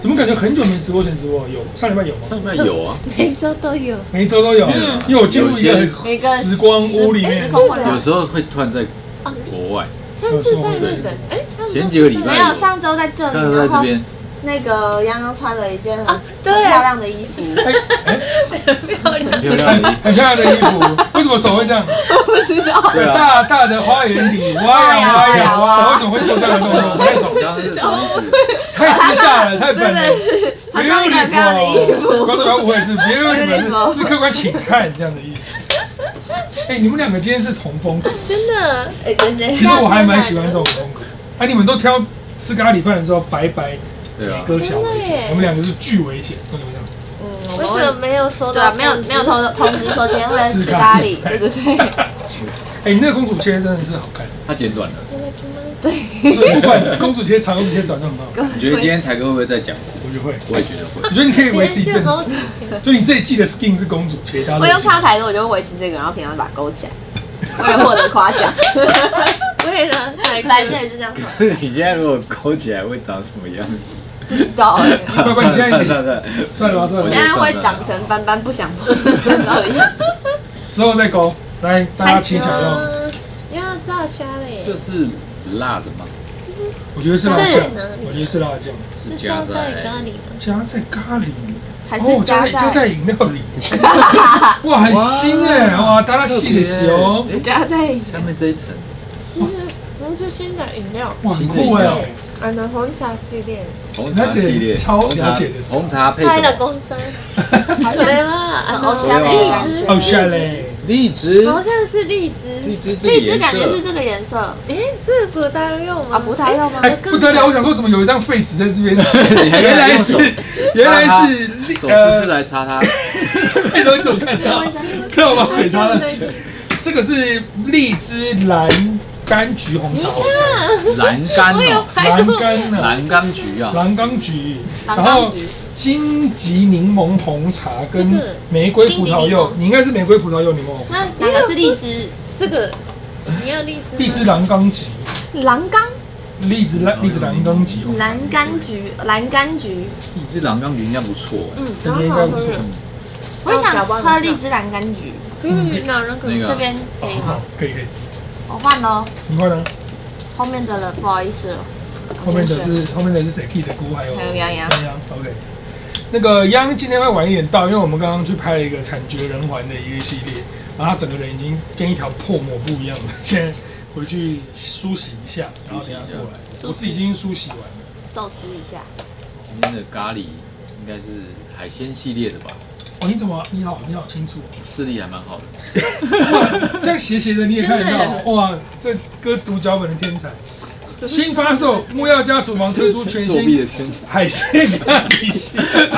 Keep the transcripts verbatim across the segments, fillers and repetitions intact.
怎么感觉很久没直播前直播？有上礼拜有吗？ 上礼拜有啊， 每周都有， 每一周都有，因为我进入一个时光屋里面， 有时候会突然在国外。 上次在日本，哎， 前几个礼拜没有，上周在这里， 上周在这边。 那个刚刚穿了一件很对漂亮的衣服， 很漂亮， 很漂亮的衣服， 很漂亮的衣服，为什么手会这样？ 我不知道。 在大大的花园里挖呀挖呀挖，我为什么会做这样的动作？我不太懂。 刚刚是什么意思？ 太时下了，太本了。 好像你很漂亮的衣服， 观众不要误会，是 beautiful， 是客官请看这样的意思。哎，你们两个今天是同风格， 真的， 哎，真的。 其实我还蛮喜欢这种风格。哎，你们都挑吃咖喱饭的时候白白。 对啊， 割小危险，我们两个是巨危险，为什么这样？ 嗯，为什么没有收到？ 对啊，没有没有通通知说今天会吃咖喱，对对对。 哎，你那个公主切真的是好看， 它剪短了。 对， 公主切长又比切短都很好。 你觉得今天台哥会不会再讲次？ 我觉得会， 我也觉得会。 我觉得你可以维持一阵子，就你这一季的 skin 是公主切， 我又看到台哥，我就维持这个，然后平常把它勾起来，为了获得夸奖。 为了来这里就这样。 可是你现在如果勾起来会长什么样子？ 不知道哎。 乖乖，你现在算了算了算了， 现在会长成斑斑不想看到的样子。 之后再勾，来大家请享用。 要炸虾嘞。 这是辣的吗？ 我觉得是辣酱，我觉得是辣酱。 是加在咖喱吗？ 加在咖喱， 还是加在加在饮料里？哇，很新哎！哇，大家细的洗哦。 加在下面这一层。 那就先讲饮料。 哇，很酷哎！ 俺的红茶系列， 红茶系列， 超了解的， 红茶配什么？ 开了公司，好像啊， 哦，虾荔枝， 哦，虾嘞， 荔枝， 好像是荔枝， 荔枝， 荔枝感觉是这个颜色。 哎，这是葡萄柚吗？ 啊，葡萄柚吗？ 哎，不得了！我想说，怎么有一张废纸在这边？ 原来是，原来是手湿湿来擦它。 哎，你怎么看到？看我把水擦了。这个是荔枝蓝。柑橘红茶， 蓝柑哦， 蓝柑啊， 蓝柑橘啊， 蓝柑橘，然后荆棘柠檬红茶跟玫瑰葡萄柚，你应该是玫瑰葡萄柚柠檬红。 那哪个是荔枝？ 这个你要荔枝？ 荔枝蓝柑橘， 蓝柑， 荔枝蓝荔枝蓝柑橘， 蓝柑橘，蓝柑橘， 荔枝蓝柑橘应该不错， 嗯， 感觉应该不错。 我也想喝荔枝蓝柑橘， 嗯，那那个这边可以吗？ 可以可以。 我换喽， 你换了。 后面的了，不好意思了。 后面的是后面的是谁 ？Key 的姑还有还有洋洋。 洋洋 ，OK。那个央今天会晚一点到，因为我们刚刚去拍了一个惨绝人寰的一个系列，然后他整个人已经跟一条破抹布一样了。现在回去梳洗一下，然后等下过来。我是已经梳洗完了。 收拾一下。 今天的咖喱应该是海鲜系列的吧？ 哦，你怎么？你好，你好清楚， 视力还蛮好的。 哇，这样斜斜的你也看得到，哇，这割独脚本的天才。新发售，木曜家厨房推出全新作弊的天才海鲜咖喱系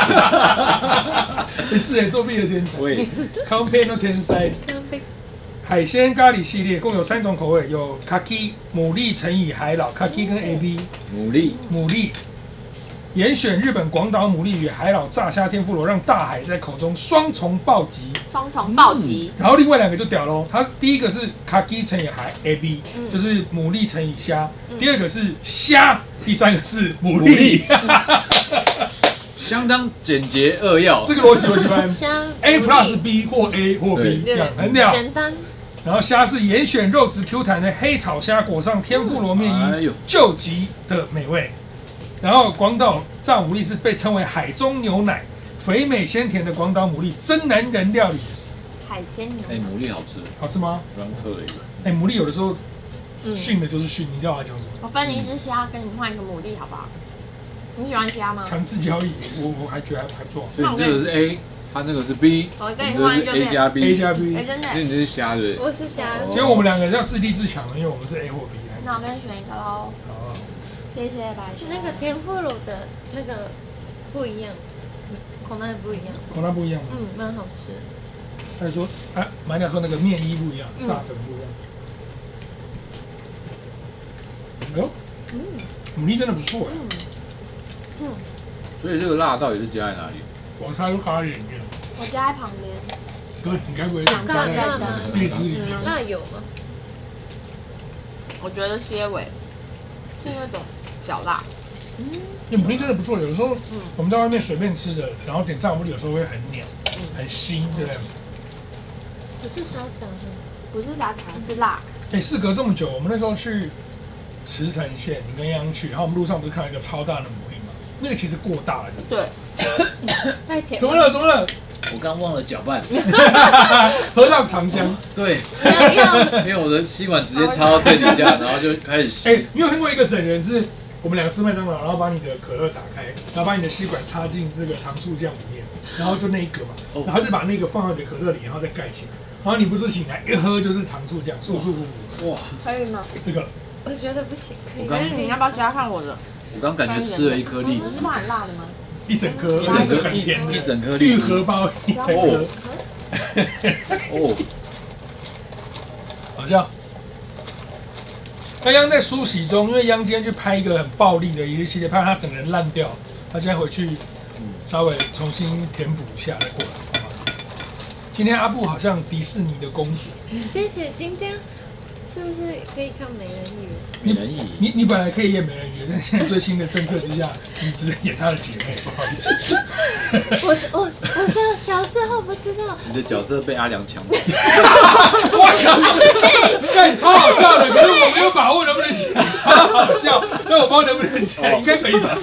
列。是哎，作弊的天才。 喂， 康片的天才。海鲜咖喱系列共有三种口味，有 Kaki 牡蛎乘以海老 ，Kaki 跟 A B 牡蛎， 牡蛎。严选日本广岛牡蛎与海老炸虾天妇罗，让大海在口中双重暴击。 双重暴击、 嗯。然后另外两个就屌喽，它第一个是 Kaki 乘以海 A B，、嗯、就是牡蛎乘以虾；嗯、第二个是虾，第三个是牡蛎。 相当简洁扼要。 这个逻辑我喜欢。A plus B 或 A 或 B 这样很屌。 简单。 然后虾是严选肉质 Q 弹的黑炒虾，裹上天妇罗面衣，救急的美味。然后广岛炸牡蛎是被称为海中牛奶，肥美鲜甜的广岛牡蛎真男人料理。 海鲜牛奶， 哎，牡蛎好吃， 好吃吗？ 软壳而已。 哎，牡蛎有的时候训的就是训，你知道我要讲什么？ 我分你一只虾，跟你换一个牡蛎，好不好？你喜欢虾吗？ 强制交易，我我还觉得还还不错。 所以你这个是 A， 他那个是 B， 我跟你换一个 A 加 B，A 加 B， 哎真的， 那你这是虾对不对？ 我是虾。 结果我们两个要自立自强，因为我们是 A 或 B。 那我跟你选一个喽。 好。 谢谢白。 那个天妇罗的那个不一样，口感不一样。 口感不一样。 嗯，蛮好吃。 他就说，啊，马鸟说那个面衣不一样，炸粉不一样。哎呦，嗯，牡蛎真的不错哎。 嗯。所以这个辣到底是加在哪里？ 我猜是咖喱里面。 我加在旁边。 哥，你该不会加在荔枝里面？ 那有吗？ 我觉得些微，是那种小辣。 因为牡蛎真的不错，有的时候我们在外面随便吃的，然后点炸牡蛎有时候会很黏，很腥，对不对？ 不是沙茶是吗？ 不是沙茶，是辣。 哎，事隔这么久，我们那时候去茨城县，你跟央去，然后我们路上不是看到一个超大的牡蛎吗？那个其实过大了， 对， 太甜。 怎么了？怎么了？ 我刚忘了搅拌， 喝到糖浆。 对， 要要因为我的吸管直接插到最底下，然后就开始吸。 哎，你有看过一个整人是？我们两个吃麦当劳，然后把你的可乐打开，然后把你的吸管插进那个糖醋酱里面，然后就那一个嘛， 哦然后就把那个放到你的可乐里，然后再盖起来，然后你不是醒来一喝就是糖醋酱，舒舒服服。 哇， 可以吗？ 这个我觉得不行，可以。 我刚但是你要不要加上我的？ 我刚感觉吃了一颗栗子是，不是很辣的吗？ 一整颗， 一而且是整颗很甜的， 一整颗栗玉子荷包一整颗， 哦， 好笑。那央在梳洗中，因为央今天去拍一个很暴力的一个系列，拍到他整个人烂掉，他现在回去稍微重新填补一下再过来，好吗？今天阿布好像迪士尼的公主， 谢谢。今天是不是可以看美人鱼？ 美人鱼， 你你本来可以演美人鱼，但现在最新的政策之下，你只能演她的姐妹，不好意思。 我我我小小时候不知道， 你的角色被阿良抢走， 我靠，干超好笑的，可是我没有把握能不能讲，超好笑，但我不知道能不能讲，应该可以吧？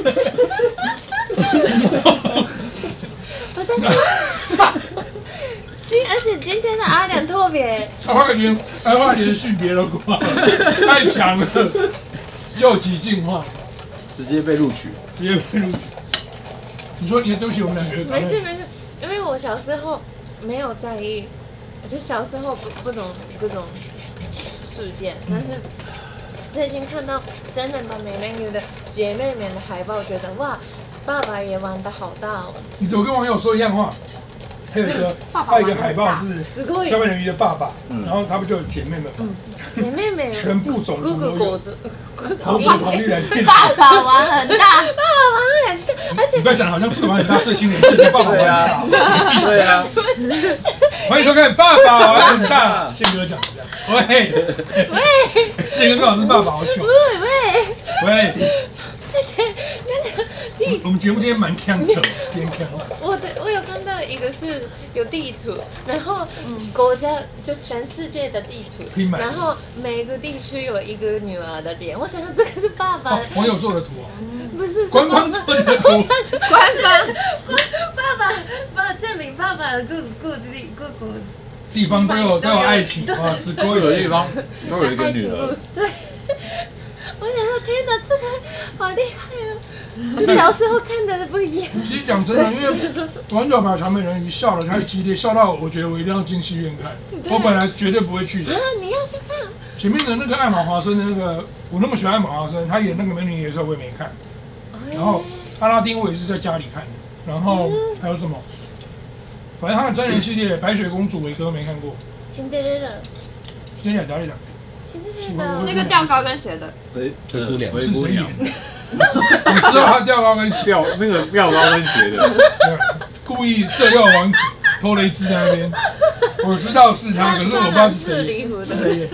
我在说，今而且今天的阿良特别， 他话连他话连续别的挂，太强了，救急进化， 直接被录取。 直接被录取。你说你的对不起，我们两个没事没事，因为我小时候没有在意，我就小时候不不懂各种事件，但是最近看到真人版美人鱼的姐妹们的海报，觉得哇，爸爸也玩得好大哦。 你怎么跟网友说一样话？还有一个还有一个海报是小美人鱼的爸爸，然后他不就有姐妹们吗？ 姐妹们全部种族都有， 果子， 同学同绿蓝靛紫。 爸爸玩很大， 爸爸玩很大，而且你不要讲的好像这个玩很大，最新的一季的爸爸玩很大， 对啊， 欢迎收看《爸爸玩很大》，宪哥讲的这样。喂喂宪哥刚好是爸爸，好糗。 喂喂， 喂， 而且那个地， 我们节目今天蛮强的，偏强。 我的我有看到一个是有地图，然后国家就全世界的地图拼，满然后每个地区有一个女儿的脸，我想到这个是爸爸哦，网友做的图哦， 不是官方做的图， 官方，爸爸爸证明爸爸的各各地各国地方都有都有爱情啊，是都有地方都有一个女儿， 对。我想说，天哪，这个好厉害哦！就小时候看的不一样。 其实讲真的，因为网友把小美人鱼笑得太激烈，笑到我觉得我一定要进戏院看。我本来绝对不会去的。 啊，你要去看？ 前面的那个艾玛华森的那个，我那么喜欢艾玛华森，他演那个美女鱼的时候我也没看。然后阿拉丁我也是在家里看的。然后还有什么？反正他的真人系列，白雪公主我一个都没看过。 辛德瑞拉， 先讲讲一讲。 辛德瑞拉， 那个吊高跟鞋的， 灰是灰姑娘谁演的？我知道他吊高跟鞋， 吊那个吊高跟鞋的， 故意色诱王子偷了一只在那边。我知道是他，可是我不知道是谁演。是谁演？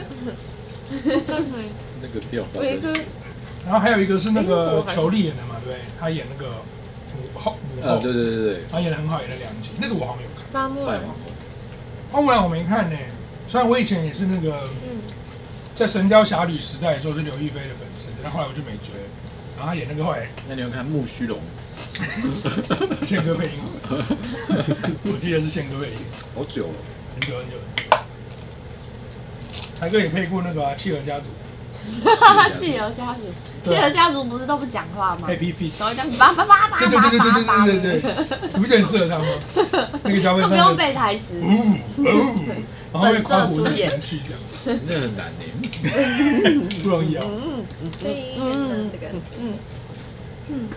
那个吊高跟鞋。 有一个然后还有一个是那个裘丽演的嘛，对不对？他演那个母后母后， 啊，对对对对， 他演的很好，演了两集，那个我好像有看。 花木兰， 花木兰我没看呢，虽然我以前也是那个嗯， 在《神雕侠侣》时代的时候是刘亦菲的粉丝，但后来我就没追了。然后他演那个后来那你有看木须龙？ 宪哥配音，我记得是宪哥配音， 好久了， 很久很久很久。台哥也配过那个啊，《企鹅家族企鹅家族，企鹅家族不是都不讲话吗？ 》Happy Feet。 然后这样叭叭叭叭对对叭对对对叭叭对对对对，你不觉得很适合他吗？那个脚本上都不用背台词， 呜呜，然后会夸胡的情绪这样， 那很难呢。 不容易啊。 嗯配音很难这个， 嗯嗯，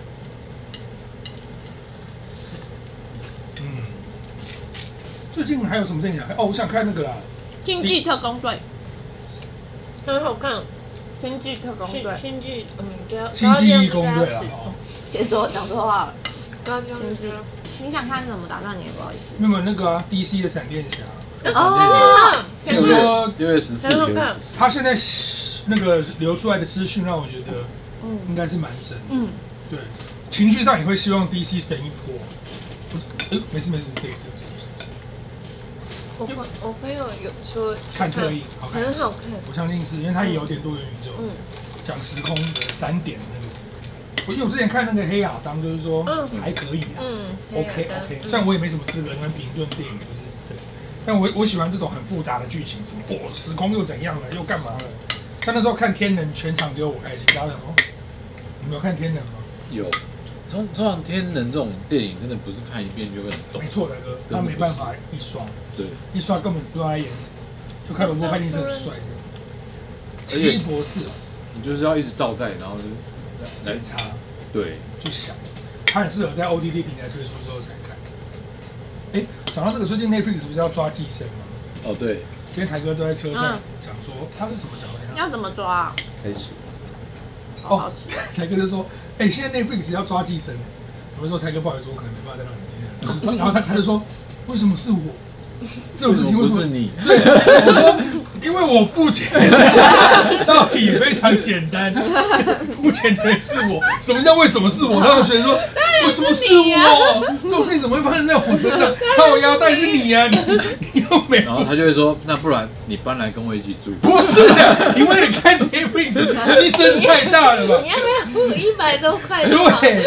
最近还有什么电影啊？哦，我想看那个啦， 星际特工队， 很好看。 星际特工星队， 星际，嗯，不要星际义工队啦。哦， 别说讲错话了。 不要这样子。 你想看什么？打断你，不好意思。 那么那个啊 D C 的闪电侠， 哦， 听说六月十四， 很好看。 他现在那个流出来的资讯让我觉得应该是蛮神的。 嗯， 对，情绪上也会希望 D C 神一波。哎、欸，没事没事，没事没事。 我朋我朋友有说看特映好看， 很好看。 我相信是因为它也有点多元宇宙， 嗯， 讲时空的三点的那个。我因为我之前看那个黑亚当，就是说还可以啊， 嗯 ，OK OK，虽然我也没什么资格来评论电影，就是对，但我我喜欢这种很复杂的剧情，什么哦时空又怎样了，又干嘛了？像那时候看天能，全场只有我开心，大家想说，你们有看天能吗？ 有。通通常天能这种电影真的不是看一遍就会很懂。 没错，大哥，他没办法一刷， 对， 一刷根本不知道他演什么，就看罗伯·派丁森很帅的。奇异博士， 你就是要一直倒带，然后就检查， 对， 去想，他很适合在 O T T 平台推出之后才看。哎，讲到这个，最近 Netflix 不是要抓寄生吗？ 哦，对， 今天台哥都在车上讲说他是怎么讲的？ 要怎么抓啊？ 开始。 哦，台哥就说，哎、欸，现在 Netflix 要抓寄生，我就说台哥不好意思，我可能没办法再让你寄生。然后他他就说，为什么是我？这种事情为什么是你？ 对，我说因为我付钱，道理非常简单，付钱的是我。什么叫为什么是我？他们觉得说为什么是我？这种事情怎么会发生在我身上？靠腰，但是你啊，你你又没有。 然后他就会说，那不然你搬来跟我一起住？ 不是的，因为你看 Netflix 牺牲太大了吧？ 你要不要付一百多块？ 对。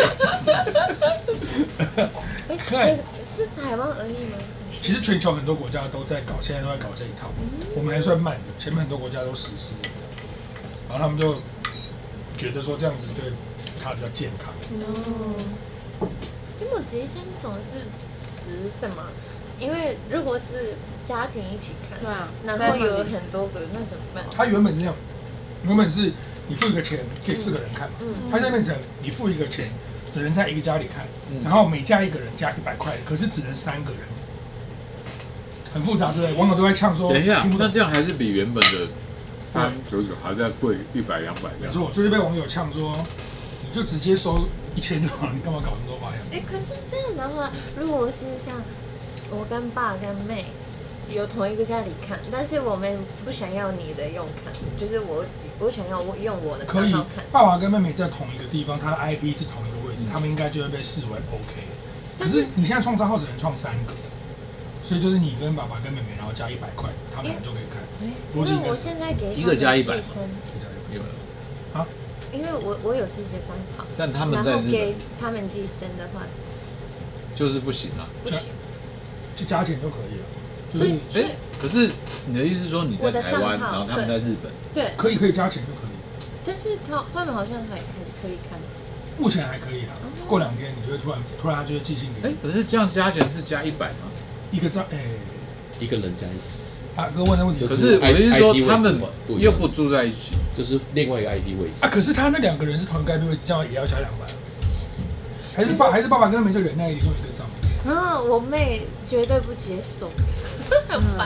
哎，是台湾而已吗？ 其实全球很多国家都在搞，现在都在搞这一套，我们还算慢的，前面很多国家都实施了，然后他们就觉得说这样子对他比较健康。 哦，这么寄生虫是指什么？因为如果是家庭一起看， 对啊， 然后有很多个，那怎么办？ 他原本是这样，原本是你付一个钱可以四个人看嘛， 嗯， 他现在变成你付一个钱只能在一个家里看，然后每家一个人加一百块，可是只能三个人。很复杂，对不对？网友都在呛说， 等一下，那这样还是比原本的三九九还在贵一百两百。 没错，所以被网友呛说，你就直接收一千就好了，你干嘛搞那么多花样？ 哎，可是这样的话，如果是像我跟爸跟妹有同一个家里看，但是我们不想要你的用看，就是我我想要我用我的账号看。 爸爸跟妹妹在同一个地方，他的 I P 是同一个位置，他们应该就会被视为 OK。可是你现在创账号只能创三个。所以就是你跟爸爸跟妹妹，然后加一百块，他们俩就可以看。 因为我现在给一个加一百， 有啊？ 因为我我有自己的账号， 但他们在日本， 然后给他们寄生的话， 就是不行啊， 不行， 就加钱就可以了。 所以，所以， 可是你的意思是说你在台湾，然后他们在日本， 对， 可以可以加钱就可以。 但是他他们好像还还可以看， 目前还可以啊。过两天你就会突然突然他就会寄信给你。 哎，可是这样加钱是加一百吗？ 一个账，哎， 一个人加一。 大哥问的问题， 可是我的意思说他们又不住在一起， 就是另外一个 I P 位置啊。可是他那两个人是同一个 I P 位置，这样也要加两百。还是爸还是爸爸跟妹妹就忍耐一点，用一个账。 啊，我妹绝对不接受，很烦。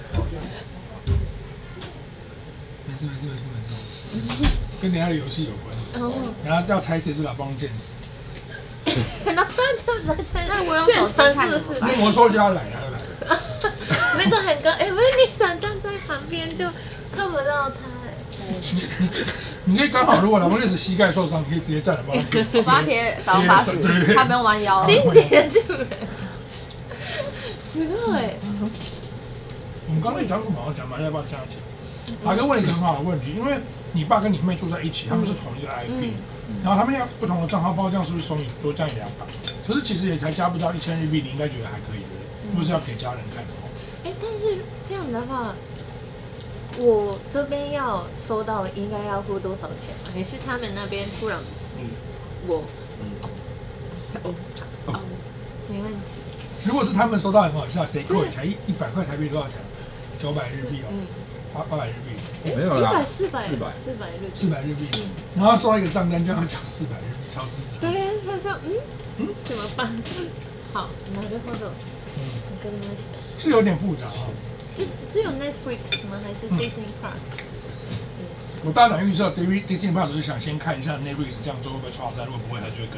没事没事没事没事，跟等下的游戏有关。哦。然后要猜谁是老帮剑士。 然后就在猜， 那我用手机看是不是？ 那魔兽就要来了，要来了。 那个很高，哎，不是你想站在旁边就看不到他，哎。 你你你可以刚好，如果老帮剑士膝盖受伤，你可以直接站着帮他贴。 我帮他贴早上巴士，他不用弯腰。 经济的就没。すごい。 我们刚才讲什么？讲嘛，要不要加钱？大哥问了一个很好的问题，因为你爸跟你妹住在一起，他们是同一个 I P。然后他们要不同的账号，不知道这样是不是收你多加你两百？可是其实也才加不到一千日币，你应该觉得还可以的，如果是要给家人看的话。 哎，但是这样的话，我这边要收到应该要付多少钱吗？还是他们那边突然我哦哦没问题。 如果是他们收到很好笑，谁扣才一一百块台币多少钱？九百日币哦，八八百日币。 没有啦， 一百四百四百四百日币， 四百日币，然后做一个账单，叫他缴四百日币，超智障。 对呀，他说嗯嗯怎么办？好，なるほど。嗯，わかりました。 是有点复杂啊。 只只有 Netflix 吗？还是 Disney Plus？ 我大胆预测 ，Disney Plus 就是想先看一下 Netflix 这样做会不会超载，如果不会，他就会跟。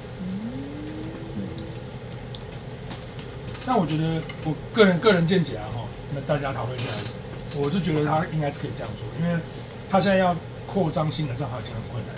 那我觉得我个人个人见解啊哈，那大家讨论一下。我是觉得他应该是可以这样做，因为他现在要扩张新的账号已经很困难了。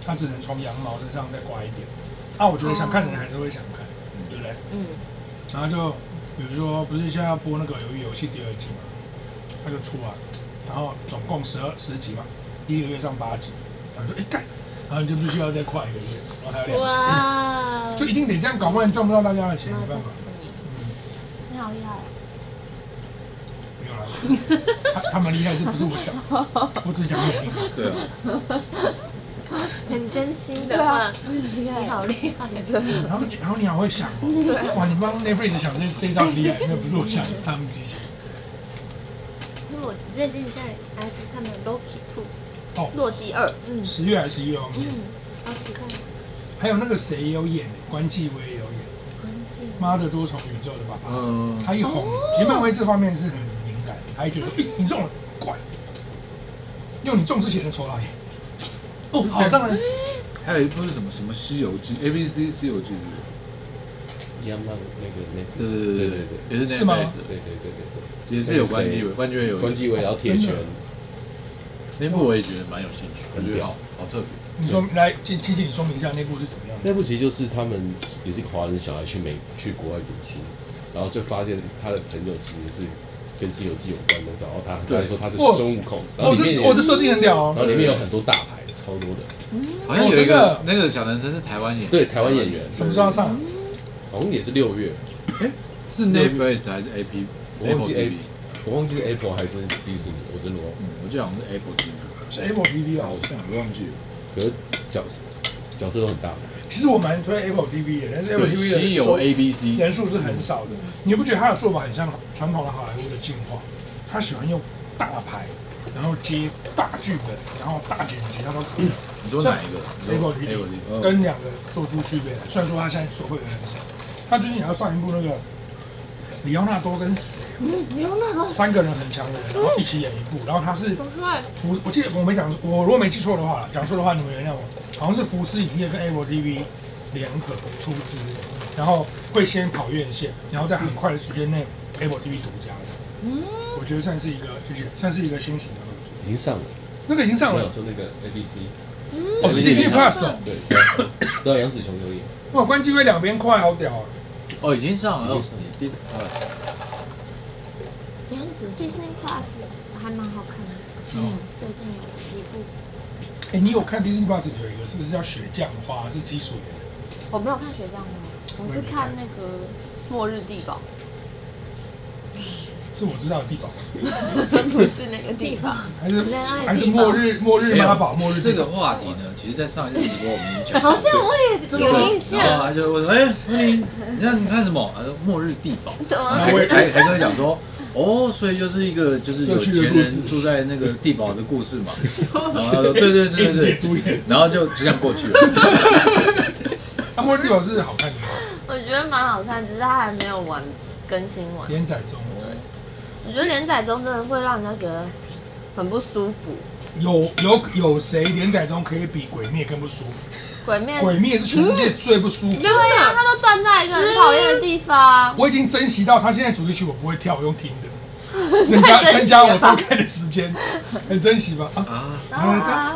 它只能从羊毛身上再刮一点。啊，我觉得想看的人还是会想看，对不对？ 嗯， 然后就比如说，不是现在要播那个《鱿鱼游戏》第二季嘛，它就出啊，然后总共十二十集嘛，第一个月上八集，然后就哎干，然后你就必须要再跨一个月，然后还有两集， 哇， 就一定得这样搞，不然赚不到大家的钱，没办法。嗯， 你好厉害。 没有啦，他他们厉害，这不是我想的，我只讲原因。 对啊， 很真心的话， 厉害你好厉害，对。 然后你，然后你好会想哦，哇，你帮 Netflix 想这这一招很厉害，那不是我想的，他们自己想。 因为我最近在 I G 看的《Loki Two》， 哦， 洛基二， 嗯十月还是十一月忘记了。 嗯，好期待。 还有那个谁也有演，关继威也有演， 关键 《妈的多重宇宙》的爸爸。 嗯， 他一红，其实漫威这方面是很敏感，他还觉得，哎，你中了，怪，用你中之前的酬劳演。哦，好，当然， 还有一部是什么什么《西游记》A B C 西游记》 一样漫那个那对对对对对，也是是吗 Netflix 的， 对对对对对， 也是有关继伟，关继伟有关继伟，然后铁拳， 那部我也觉得蛮有兴趣，我很屌觉得好好特别。 你说来，亲亲戚，你说明一下那部是怎么样的？ 那部其实就是他们也是华人小孩去美去国外读书，然后就发现他的朋友其实是跟《西游记》有关的，找到他，他说他是孙悟空，然后哦， 里面这我的设定很屌哦。 然后里面有很多大牌，超多的， 好像有一个那个小男生是台湾演， 对，台湾演员， 什么时候要上？ 好像也是六月， 是 Netflix 还是 A P？ 我忘记 A， 我忘记是 Apple 还是迪士尼，我真的忘了。 嗯，我记得好像是 Apple T V， 是 Apple T V 啊。 好像我忘记了。 可是角色角色都很大牌。 其实我蛮推 Apple T V 的，但是 Apple T V 的西游 A B C 人数是很少的。你不觉得他的做法很像传统的好莱坞的进化？他喜欢用大牌，然后接大剧本，然后大剪辑，他都可以。 你说哪一个 Apple T V 跟两个做出区别来。虽然说他现在手绘的很少，他最近也要上一部那个里奥纳多跟谁？ 嗯，里奥纳多三个人很强的人，然后一起演一部，然后他是好帅。 福，我记得我没讲，我如果没记错的话，讲错的话你们原谅我。好像是福斯影业跟 Apple T V 联合出资，然后会先跑院线，然后在很快的时间内 Apple T V 独家的。 嗯， 我觉得算是一个，就是算是一个新型的合作。 已经上了， 那个已经上了我有，说那个 A B C， 哦，是 Disney Plus 哦。 对，对，杨紫琼有演。 哇，关机会两边快，好屌啊！ 哦，已经上了，第四呃， 杨紫 Disney Plus 还蛮好看的。嗯，最近有几部。 哎，你有看 Disney Plus 有一个是不是叫雪降花？是基础的。 我没有看雪降花，我是看那个《末日地堡是我知道的地堡，》， 不是那个地堡。 还是恋爱地堡还是末日末日妈宝末日这个地堡话题呢，其实在上一次直播我们已经讲好过， 像我也有印然后象。 他就问说，哎，你你看你看什么？他说《末日地堡》， 怎么？ 啊我也还还跟我讲说，哦，所以就是一个就是有社区的钱故事人住在那个地堡的故事嘛。然后他说，对对对 S 对姐注意点， 然后就就这样过去了。 那末日地堡是好看的吗？ 我觉得蛮好看，只是它还没有完更新完。 连载中我觉得连载中真的会让人家觉得很不舒服。 有有有谁连载中可以比鬼灭更不舒服？ 鬼灭， 鬼灭是全世界最不舒服。 对啊，它都断在一个很讨厌的地方。 我已经珍惜到他现在主题曲我不会跳，我用听的，增加增加我收看的时间，很珍惜吧？啊啊啊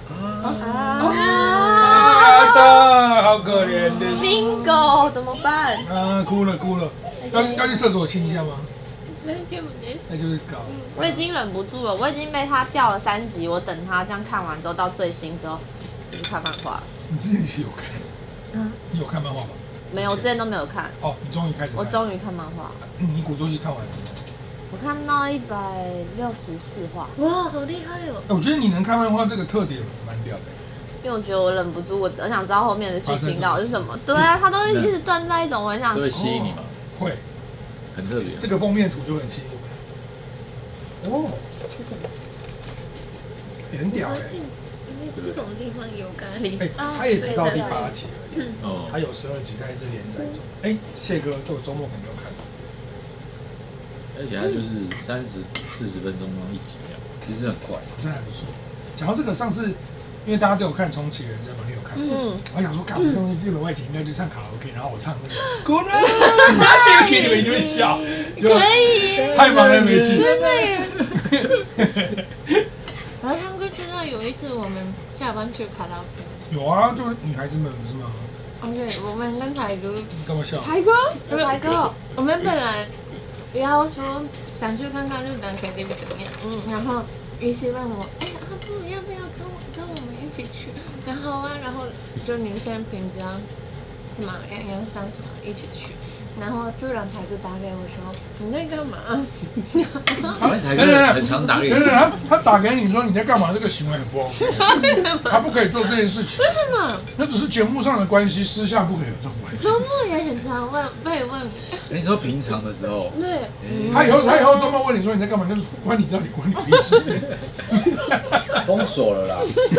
啊的，好可怜的。 ，bingo 怎么办？ 啊，哭了哭了，要要去厕所亲一下吗？ 没见不见。 那就是搞。 我已经忍不住了，我已经被他掉了三集，我等他这样看完之后，到最新之后，我就看漫画了。 你之前是有看， 嗯， 你有看漫画吗？ 没有，我之前都没有看， 哦，你终于开始看。 我终于看漫画， 你古周期看完了。 我看到一百六十四话， 哇，好厉害哦！ 哎我觉得你能看漫画这个特点蛮屌的。 因为我觉得我忍不住，我很想知道后面的剧情到底是什么。对啊，他都一直断在一种我很想这。会吸引你吗？ 会， 很特别。 这个封面图就很吸引我。哦， 是什么？ 也很屌哎。 我发现因为这种地方有咖喱哎，他也只到第八集而已。 哦他有十二集，他也是连载中。哎，谢哥，这我周末可能没有看。 而且它就是三十四十分钟一集啊，其实很快。 好像还不错。讲到这个，上次因为大家都有看《重启人生》嘛，你有看吗？ 嗯， 我想说，看我上次日本外景应该去唱卡拉 OK， 然后我唱那个《滚啊》，那个 K 你们一定会笑，就可以， 太忙了没去。 真的耶。 然后上个知道有一次我们下班去卡拉 OK， 有啊，就是女孩子们不是吗？ 哦对，我们跟台哥， 你干嘛笑？ 台哥，台哥，我们本来不要说想去看看日本 K T V 怎么样，嗯，然后于是问我，哎阿布要不要跟我跟我们一起去？然后啊，然后就女生平常什么洋洋山什么一起去。然后突然台哥打给我说：“你在干嘛？” 台哥很常打给你。 他他打给你说你在干嘛？这个行为很不 OK， 他不可以做这件事情。 真的吗？ 那只是节目上的关系，私下不可以有这种关系。 周末也很常问被问。 你说平常的时候？ 对。 他以后他以后周末问你说你在干嘛，就是关你到底关你屁事。 封锁了啦。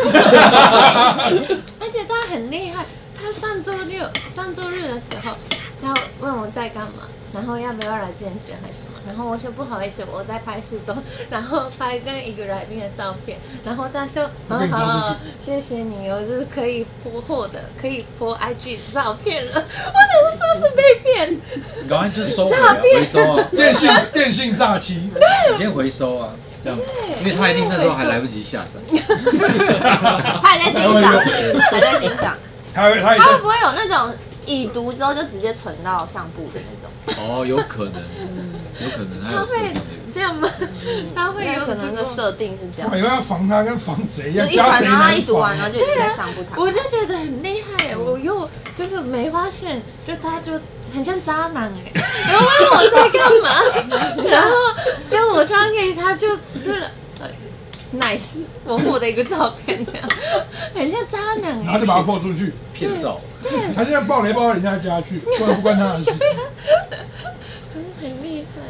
而且他很厉害，他上周六、上周日的时候。他问我在干嘛，然后要不要来健身还是什么，然后我说不好意思，我在拍摄中，然后拍跟一个来宾的照片，然后他说很好，谢谢你，我是可以播货的，可以播 I G 照片了，我想说是被骗， 你赶快就收回啊，回收啊， 电信电信诈欺， 你先回收啊。这样，因为他一定那时候还来不及下载， 他还在欣赏，还在欣赏， 他会他他会不会有那种？已读之后就直接存到相簿的那种。 哦，有可能，有可能还有设定这样吗？他会有可能那个设定是这样。 以后要防他跟防贼一样， 就一传，然后他一读完，然后就在相簿台。 我就觉得很厉害，我又就是没发现，就他就很像渣男哎，然后问我在干嘛，然后就我传给他就就了。nice， 我获得一个照片，这样很像渣男哎， 然后就把他 po 出去， 骗照。 对， 他现在爆雷爆到人家家去，根本不关他的事。 很很厉害。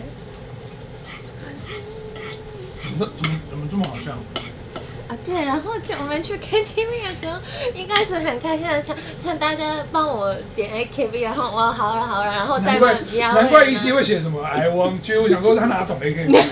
怎么怎么怎么这么好笑？ 啊对，然后就我们去 K T V 的时候，一开始很开心的唱唱，大家帮我点 A K B， 然后哇好了好了，然后再问杨难怪一期会写什么 I want you， 我想说他哪懂 A K B。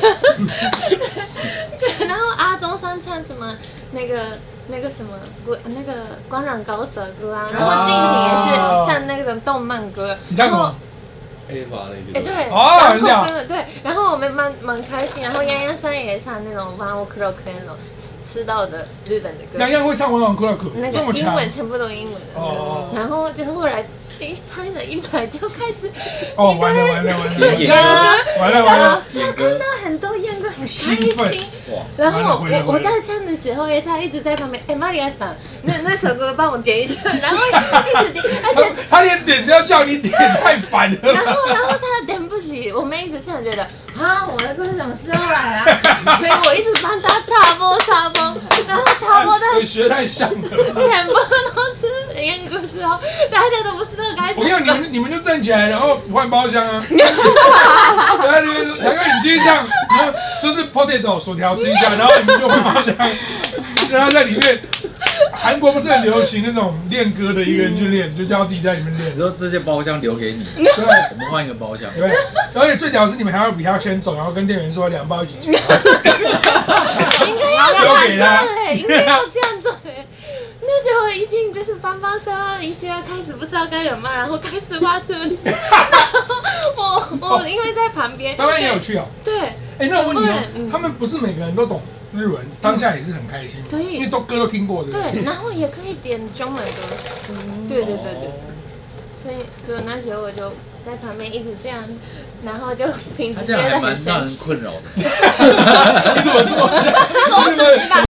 对，然后阿中山唱什么那个那个什么歌，那个灌篮高手歌啊，然后静婷也是唱那种动漫歌。 你唱什么？ A 发那些。 哎对， 哦，很屌。 对，然后我们蛮蛮开心，然后洋洋山也唱那种 One Ok Rock 那种吃到的日本的歌。 洋洋会唱 One Ok Rock， 那个英文全部都英文的。 哦。 然后就后来。他的一来就开始， 哦，完了完了完了， 演歌， 完了完了， 他看到很多演歌很开心， 哇！ 然后我我我在唱的时候，他一直在旁边，哎，玛利亚桑，那那首歌帮我点一下，然后一直点，而且他连点都要叫你点，太烦了。 然后然后他点不起，我们一直唱，觉得啊，我的歌什么时候来啊？所以我一直帮他插播插播，然后插播到学太像了， 全部都是演歌时候，大家都不知道。 我跟你讲，你们你们就站起来，然后换包厢啊。然后你们两个你继续唱，然后就是 potato 薯条吃一下，然后你们就换包厢，然后在里面。韩国不是很流行那种练歌的，一个人去练，就叫自己在里面练。 你说这些包厢留给你， 对， 我们换一个包厢。 对，而且最屌的是你们还要比他先走，然后跟店员说两包一起吃。 应该要这样做哎，应该要这样做哎。那时候已经就是邦邦说一些开始不知道该怎么，然后开始画设计。然后我我因为在旁边， 当然也有趣哦。 对， 哎，那我问你哦，他们不是每个人都懂日文，当下也是很开心， 对， 因为都歌都听过，对不对？ 对，然后也可以点中文歌，对对对对，所以就那时候我就在旁边一直这样，然后就平时觉得很让人困扰的。 你怎么做？ 收拾你吧。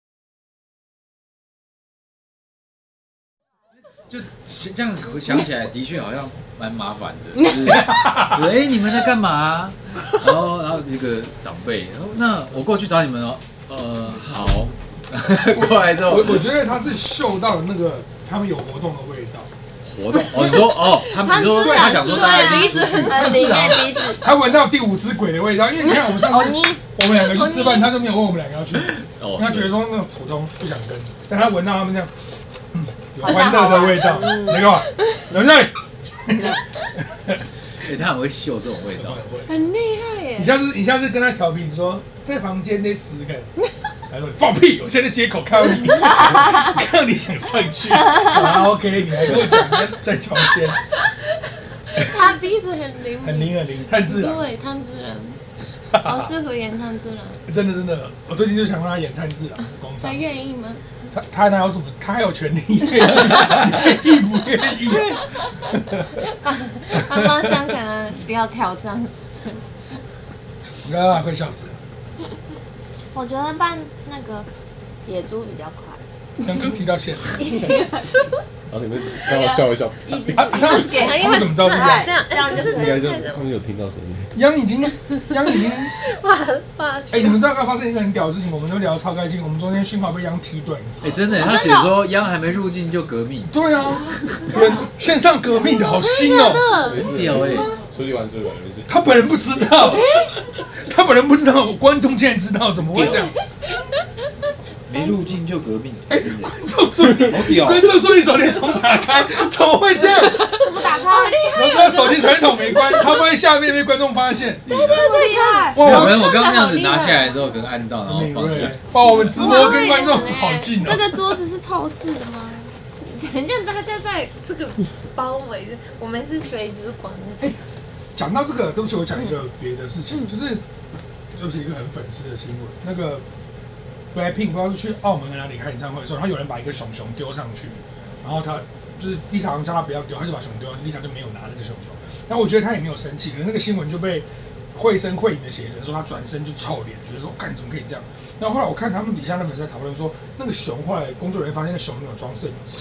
就这样想起来，的确好像蛮麻烦的。就是，哎，你们在干嘛？然后，然后这个长辈，然后那我过去找你们哦。呃，好。过来之后， 我我觉得他是嗅到那个他们有活动的味道。 活动？哦，你说哦，他们说他想说大家鼻子很里面鼻子， 他闻到第五只鬼的味道，因为你看我们上次我们两个去吃饭，他都没有问我们两个要去，因为他觉得说那个普通不想跟，但他闻到他们这样。有欢乐的味道，那个，人类， 哎，他很会嗅这种味道， 很厉害耶！ 你下次，你下次跟他调皮，你说在房间那十个，他说放屁，我现在街口看到你，看到你想上去，啊 OK， 你还跟我讲在在房间， 他鼻子很灵， 很灵很灵，太自然， 对，太自然。 哦，适合演炭治郎， 真的真的，我最近就想让他演炭治郎，工他商。 愿意吗？ 他他哪有什么？他还有权利愿意，愿意不愿意？ 他方向可能比较挑战。 啊，快笑死了！ 我觉得扮那个野猪比较快。 刚刚提到线， 然后你们刚好笑一笑， 一直啊他们给他， 他们怎么知道这样？ 这样这样就是应该就菜的他们有听到声音。 央已经，央已经， 画画。 哎，你们知道刚发生一个很屌的事情，我们都聊得超开心。我们中间讯号被央踢断一次。 哎，真的，他写说央还没入境就革命， 对啊，人线上革命的好新哦。 很屌哎。 处理完处理完没事。 他本人不知道，他本人不知道，观众竟然知道，怎么会这样？ 没入境就革命， 哎，观众说你， 好屌！ 观众说你手电筒打开，怎么会这样？ 怎么打开？ 然后他手机手电筒没关，他放在下面被观众发现。 对对对，厉害！ 没有，可能我刚刚那样子拿下来之后，可能按到，然后放下来。 哇，我们直播跟观众好近哦。 这个桌子是透视的吗？ 想象大家在这个包围着，我们是水之管的。 讲到这个，对不起，我讲一个别的事情，就是就是一个很粉丝的新闻，那个 Blackpink 不知道是去澳门在哪里开演唱会的时候，然后有人把一个熊熊丢上去，然后他就是丽莎好像叫他不要丢，他就把熊丢上去，丽莎就没有拿那个熊熊。然后我觉得他也没有生气，可能那个新闻就被绘声绘影的写成说他转身就臭脸，觉得说干怎么可以这样。然后后来我看他们底下的粉丝在讨论说，那个熊后来工作人员发现那熊没有装摄影机。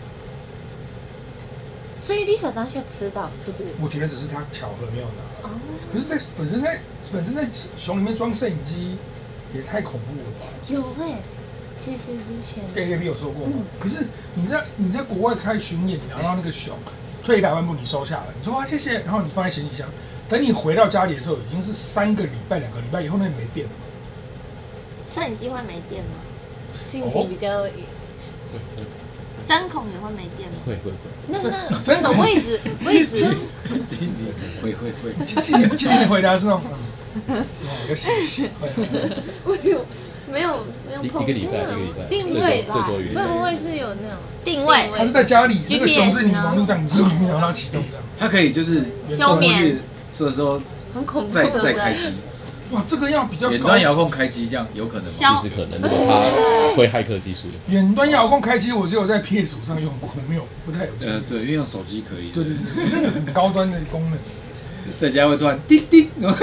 所以 Lisa 当下知道不是？ 我觉得只是他巧合没有拿。 哦。 可是，在本身在本身在熊里面装摄影机，也太恐怖了吧？ 有哎、其实之前 A A P 有说过吗？嗯、可是你在你在国外开巡演，你拿到那个熊，退一百万步你收下来，你说啊谢谢，然后你放在行李箱，等你回到家里的时候，已经是三个礼拜、两个礼拜以后，那没电了。 摄影机会没电吗？ 近期比较。 针孔也会没电吗？ 会会会。 那那那个位置位置， 会会会。 今今年今年的回答是那种，嗯，哦，要洗洗。 我有没有没有碰一个礼拜一个礼拜定位最多会不会是有那种定位？ 他是在家里，那个熊是你网络档，你自己然后让它启动这样。 它可以就是休眠， 这时候很恐怖， 再再开机。 哇，这个要比较远端遥控开机，这样有可能吗？ 其实可能，如果他会骇客技术的。 远端遥控开机，我只有在 P S 五上用过，没有不太有经验。 呃，对，因为用手机可以。 对对对，那个很高端的功能。 在家会突然叮叮，嗯，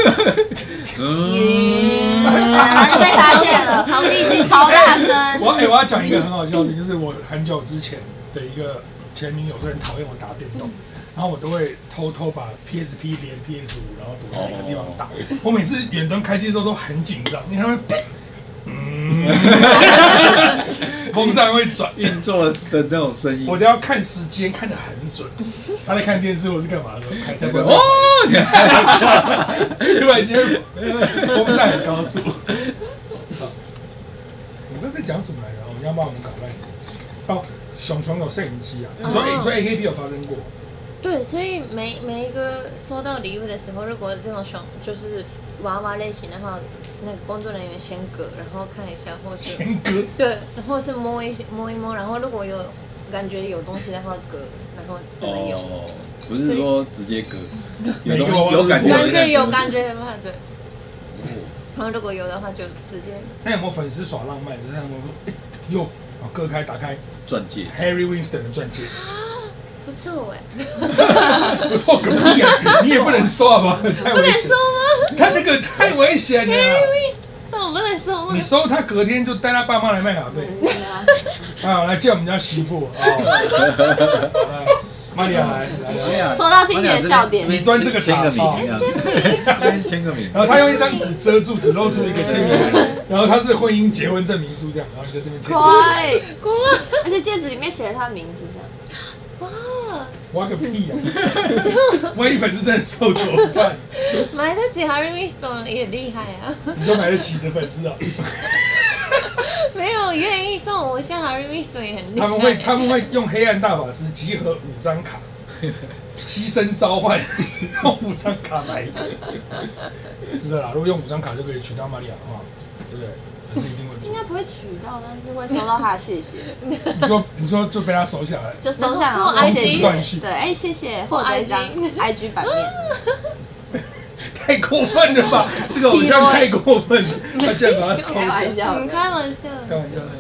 然后被发现了，超毕竟超大声。 我哎、欸，我要讲一个很好笑的事，就是我很久之前的一个前女友是很讨厌我打电动。然后我都会偷偷把 P S P 连 P S 五，然后躲在一个地方打。我每次远端开机的时候都很紧张，因为它会，嗯，风扇会转， 运作的那种声音， 我都要看时间，看得很准。他在看电视或是干嘛的时候，开才会哦， 突然间风扇很高速。操！我刚才讲什么来着？我要把我们搞烂。哦，熊熊有摄影机啊！你说，哎，你说 A K B 有发生过？ 对，所以每每一个收到礼物的时候，如果这种熊就是娃娃类型的话，那个工作人员先割，然后看一下，或者先割， 对，或是摸一摸一摸，然后如果有感觉有东西的话割，然后真的有， 哦、不是说直接割，有东西有感觉， 感觉有感觉的话，对。然后如果有的话，就直接。 那有没有粉丝耍浪漫？就是他们说，哎、欸，有，然后割开打开钻戒 ，Harry Winston 的钻戒。 不错哎， 不错个屁啊！你也不能收好吧？太危险。不能收吗？ 他那个太危险了。 那我不能收吗？ 你收他，隔天就带他爸妈来麦卡贝。啊，来见我们家媳妇啊！玛利亚来来来。 说到今天的笑点， 你端这个签个名， 签签个名。 然后他用一张纸遮住，只露出一个签名。然后他是婚姻结婚证明书这样，然后你在这边签。 乖，乖，而且戒指里面写了他的名字这样。 哇！ 挖个屁呀、啊！万一粉丝真的受怎么办？ 买得起 Harry Winston 也厉害啊！ 你说买得起的粉丝啊？ 没有愿意送我，像 Harry Winston 也很厉害。 他们会他们会用黑暗大法师集合五张卡，牺牲召唤，用五张卡买一个。知道啦，如果用五张卡就可以娶到玛利亚的话，对不对？是一定会应该不会取到，但是会收到他的谢谢。 你说你说就被他收下来， 就收下来， 从此断续。 对，哎，谢谢，或者一张 I G 版面。 太过分了吧？这个偶像太过分了，他竟然把他收开玩起来。 笑嗯，开玩笑， 开玩笑。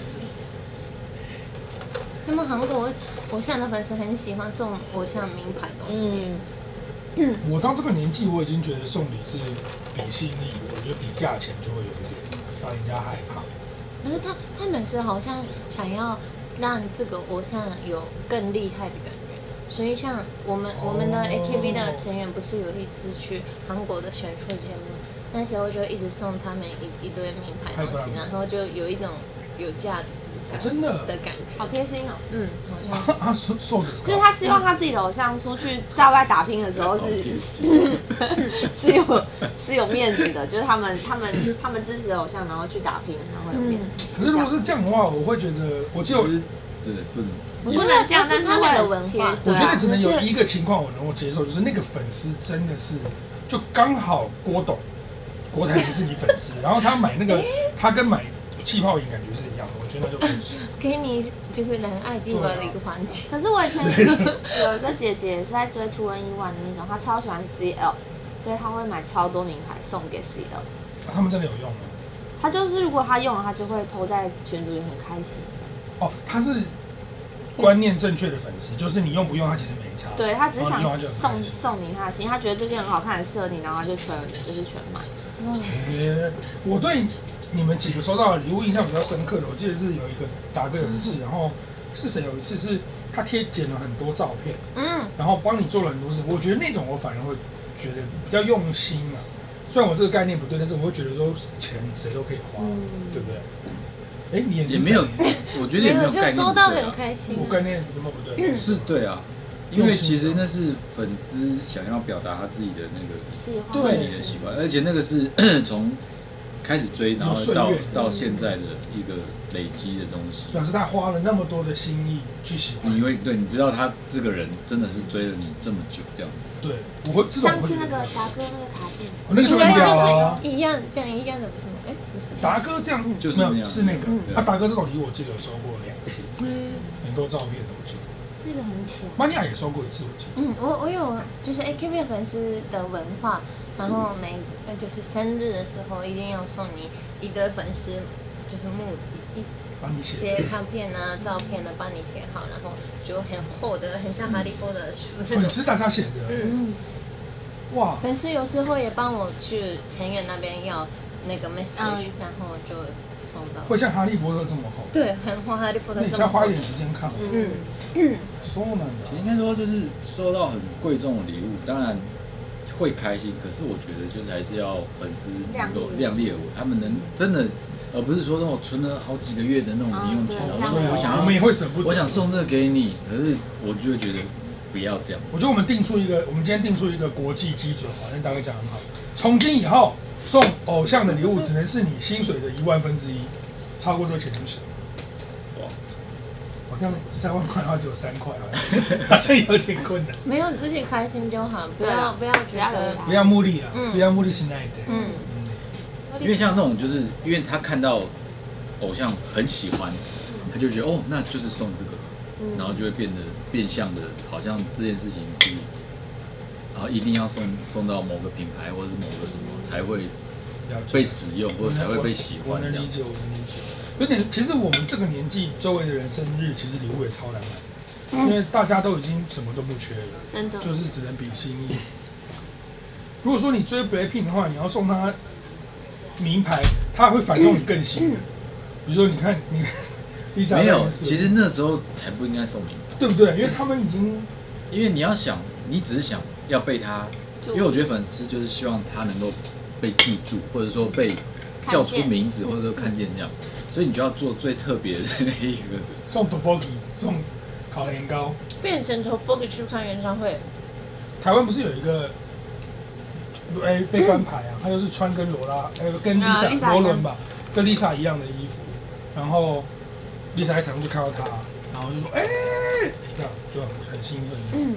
他们韩国偶像的粉丝很喜欢送偶像名牌东西。 嗯， 我到这个年纪，我已经觉得送礼是比心意，我觉得比价钱就会有一点让人家害怕。 可是他他每次好像想要让这个偶像有更厉害的感觉，所以像我们、我们的 A K B 的成员不是有一次去韩国的选秀节目，那时候就一直送他们一一堆名牌东西，然后就有一种有价值感真的的感觉， 好贴心哦。 嗯，好像是。 他说说的就是他希望他自己的偶像出去在外打拼的时候是是是有是有面子的，就是他们他们他们支持的偶像，然后去打拼，然后有面子。 可是如果是这样的话，我会觉得我只有其实对不能。 不不能这样，但是他们的会文化， 我觉得只能有就是一个情况我能够接受，就是那个粉丝真的是就刚好郭董郭台铭是你粉丝，然后他买那个他跟买气泡饮感觉是一样的，我觉得那就可以说。 给你就是仁爱地位的一个环节。 可是我以前有一个姐姐是在追 Two N E One 的那种，她超喜欢 C L， 所以她会买超多名牌送给 C L。 他们真的有用吗？ 她就是如果她用了，她就会 po 在群组里很开心。 哦，他是观念正确的粉丝，就是你用不用他其实没差。 对，她只是想然后你用他就很送开心送你她的心，她觉得这件很好看，很适合你，然后她就全就是全买。 欸我对你们几个收到的礼物印象比较深刻的，我记得是有一个达哥有一次，然后是谁有一次是他贴剪了很多照片， 嗯， 然后帮你做了很多事，我觉得那种我反而会觉得比较用心啊。虽然我这个概念不对，但是我会觉得说钱谁都可以花， 嗯对不对？哎，你也没有，我觉得也没有就概念收到很不对啊。 开心。 我概念有没有不对？ 是对啊，因为其实那是粉丝想要表达他自己的那个喜欢对对你的喜欢，而且那个是从开始追，然后到到现在的一个累积的东西。 表示他花了那么多的心意去喜欢你会对，你知道他这个人真的是追了你这么久，这样子。 对，我会这种上次那我会觉得个达哥那个卡片， 哦那个就应该很屌啊就。是一样，这样一样的不是吗？哎，不是。 达哥这样没有就是那样是那个嗯， 啊，达哥这种礼物我记得有收过两次， 嗯很多照片的我记得。 那个很巧。 玛尼亚也收过一次，我记得。 嗯，我我有就是 A K B 粉丝的文化，然后每呃就是生日的时候一定要送你一堆粉丝就是募集一帮你写。 些卡片啊、照片啊，帮你贴好，然后就很厚的，很像哈利波特的书那种。 粉丝大家写的， 嗯， 哇， 粉丝有时候也帮我去成员那边要那个 message，、 嗯然后就送到。 会像哈利波特这么厚？ 对，很像哈利波特那你这么厚需要花一点时间看。 嗯嗯， 说呢， 其实应该说就是收到很贵重的礼物，当然会开心，可是我觉得就是还是要粉丝能够量力而为，他们能真的，而不是说那种存了好几个月的那种零用钱， 嗯对然后说我想要我们也会舍不得。 我想送这个给你，可是我就会觉得不要这样。 我觉得我们定出一个，我们今天定出一个国际基准，好像大概讲得很好。从今以后，送偶像的礼物只能是你薪水的一万分之一，超过这个钱就行。 哇， 好像三万块的话只有三块，好像好像有点困难。 没有自己开心就好，不对啊要不要觉得不要有压不要目的啊， 嗯不要目的性那一点。 嗯因为像那种就是因为他看到偶像很喜欢，他就觉得哦，那就是送这个，然后就会变得变相的，好像这件事情是，然后一定要送送到某个品牌或者是某个什么才会了解被使用，或者才会被喜我欢这样能理。解，我能理解。有点，其实我们这个年纪，周围的人生日其实礼物也超难买，因为大家都已经什么都不缺了， 真的就是只能比心意。如果说你追 BLACKPINK 的话，你要送他名牌，他会反送你更新的。比如说，你看你 Lisa 没有， 那是其实那时候才不应该送名牌， 对不对？因为他们已经因为你要想，你只是想要被他，因为我觉得粉丝就是希望他能够被记住，或者说被叫出名字，或者说看见这样，所以你就要做最特别的那一个。 送 Tteokbokki 送烤年糕。 变成头 b o g 去看演唱会， 台湾不是有一个哎被翻牌啊？他就是穿跟罗拉，呃跟啊 Lisa Lisa 一样罗伦吧，跟 Lisa 一样的衣服，然后 Lisa 在台上就看到他，然后就说哎、这样就很很兴奋。 嗯，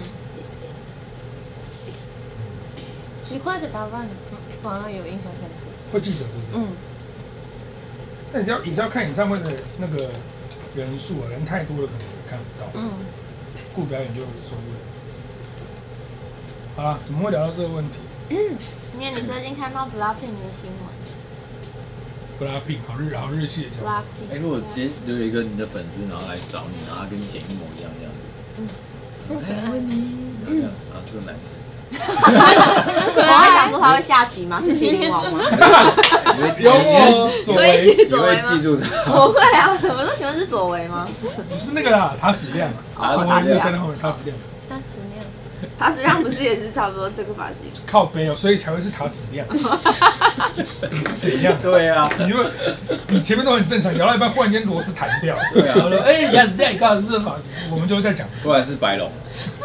奇怪的打扮反而有印象深刻。 会记得对不对？ 嗯， 但你只要你只要看演唱会的那个人数啊，人太多了可能也看不到， 嗯， 顾表演就受不了。 好了，怎么会聊到这个问题？ 因为你最近看到 Blackpink 的新闻 Blackpink 好日好日系的讲法。 哎， ，Blackpink。 如果今天有一个你的粉丝，然后来找你，然后他跟你剪一模一样这样子，哎，问你，然后这样，然后是个男生， 我会想说他会下棋吗？是麒麟王吗？ 你会幽默左我会记为， 你会左为吗？ 记住他。 我会啊，我说请问是左为吗？ 不是那个啦，塔矢亮啊， 哦左为是跟在后面，塔矢亮他死亮。 他实际上不是也是差不多这个发型？ 靠背哦，所以才会是塔矢亮。你是怎样？ 对啊， 你因为你前面都很正常，聊到一半忽然间螺丝弹掉， 对啊然后说哎，这样子这样，你看这法，我们就会在讲不然是白龙。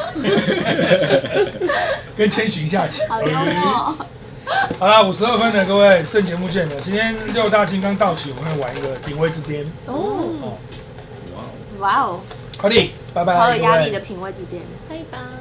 跟千寻下棋。 好幽默。 好啦，五十二分的各位，正节目见了。今天六大金刚到齐，我们会玩一个品味之巅。 哦， 哦， 哇哦。 哇哦， 好的，拜拜。 好有压力各位的品味之巅。 拜拜。